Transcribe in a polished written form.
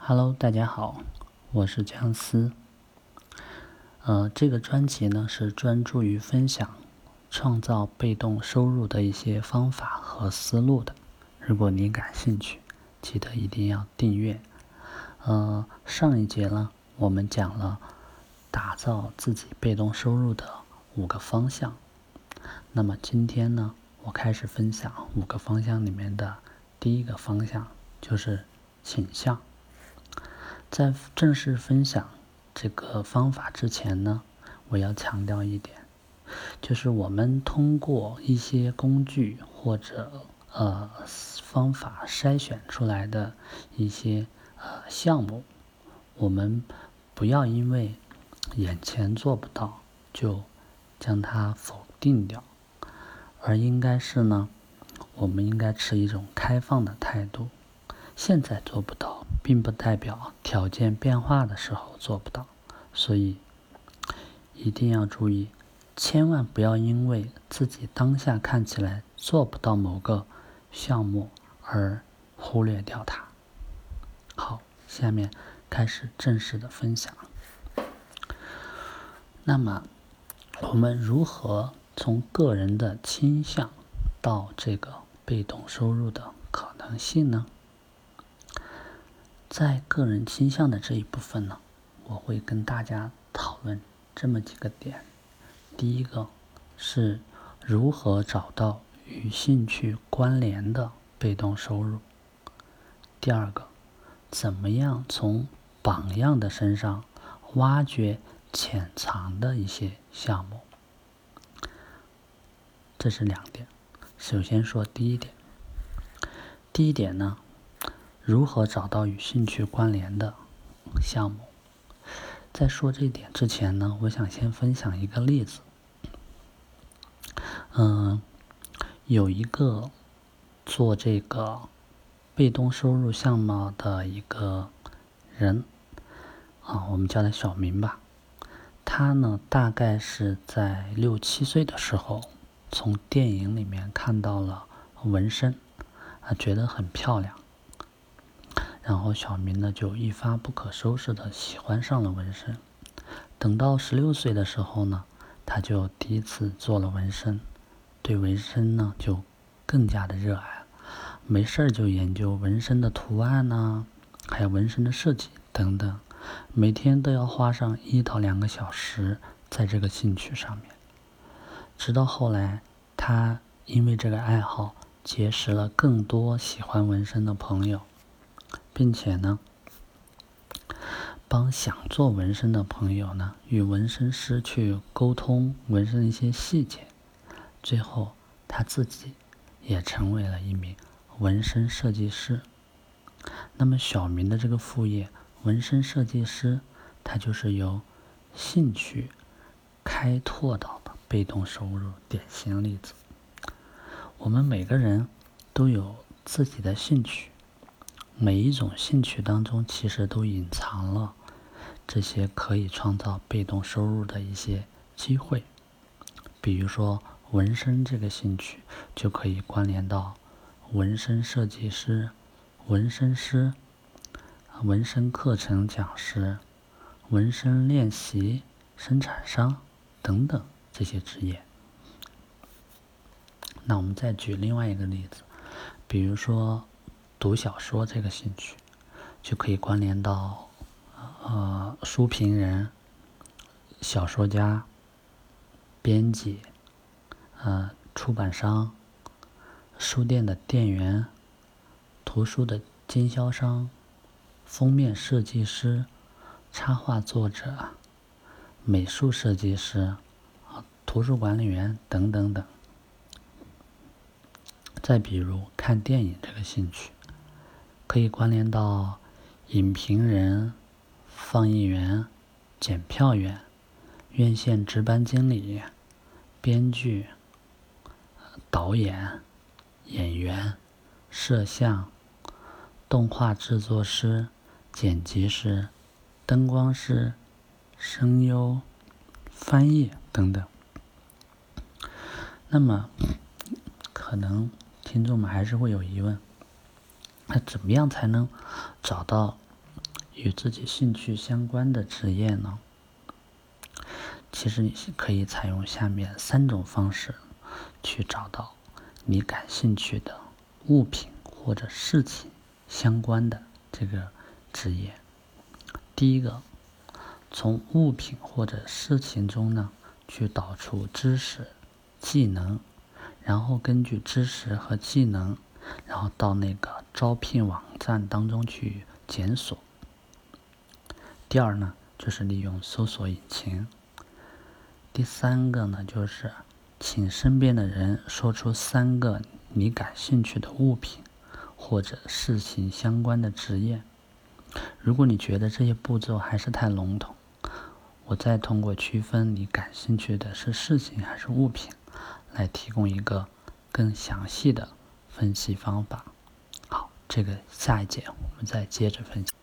Hello，大家好，我是姜思。这个专辑呢是专注于分享创造被动收入的一些方法和思路的。如果你感兴趣，记得一定要订阅。上一节呢，我们讲了打造自己被动收入的5个方向。那么今天呢，我开始分享5个方向里面的第一个方向，就是倾向。在正式分享这个方法之前呢，我要强调一点，就是我们通过一些工具或者方法筛选出来的一些项目，我们不要因为眼前做不到就将它否定掉，而应该是呢，我们应该持一种开放的态度。现在做不到，并不代表条件变化的时候做不到，所以一定要注意，千万不要因为自己当下看起来做不到某个项目而忽略掉它。好，下面开始正式的分享。那么，我们如何从个人的倾向到这个被动收入的可能性呢？在个人倾向的这一部分呢，我会跟大家讨论这么几个点。第一个是如何找到与兴趣关联的被动收入。第二个，怎么样从榜样的身上挖掘潜藏的一些项目。这是2点。首先说第一点。第一点呢，如何找到与兴趣关联的项目。在说这一点之前呢，我想先分享一个例子。有一个做这个被动收入项目的一个人，我们叫他小明吧。他呢，大概是在6、7岁的时候，从电影里面看到了纹身，觉得很漂亮。然后小明呢，就一发不可收拾的喜欢上了纹身。等到16岁的时候呢，他就第一次做了纹身，对纹身呢就更加的热爱了，没事就研究纹身的图案呢，还有纹身的设计等等，每天都要花上1到2个小时在这个兴趣上面。直到后来，他因为这个爱好结识了更多喜欢纹身的朋友，并且呢，帮想做纹身的朋友呢，与纹身师去沟通纹身的一些细节。最后，他自己也成为了一名纹身设计师。那么小明的这个副业，纹身设计师，他就是由兴趣开拓到的被动收入典型例子。我们每个人都有自己的兴趣，每一种兴趣当中其实都隐藏了这些可以创造被动收入的一些机会。比如说纹身这个兴趣就可以关联到纹身设计师、纹身师、纹身课程讲师、纹身练习生产商等等这些职业。那我们再举另外一个例子，比如说读小说这个兴趣，就可以关联到书评人、小说家、编辑、出版商、书店的店员、图书的经销商、封面设计师、插画作者、美术设计师、图书管理员等等等。再比如看电影这个兴趣，可以关联到影评人、放映员、检票员、院线值班经理、编剧、导演、演员、摄像、动画制作师、剪辑师、灯光师、声优、翻译等等。那么可能听众们还是会有疑问，那怎么样才能找到与自己兴趣相关的职业呢，其实你可以采用下面3种方式去找到你感兴趣的物品或者事情相关的这个职业。第一个，从物品或者事情中呢，去导出知识、技能，然后根据知识和技能，然后到那个招聘网站当中去检索。第二呢，就是利用搜索引擎。第3个呢，就是请身边的人说出3个你感兴趣的物品或者事情相关的职业。如果你觉得这些步骤还是太笼统，我再通过区分你感兴趣的是事情还是物品，来提供一个更详细的分析方法。好，这个下一节我们再接着分享。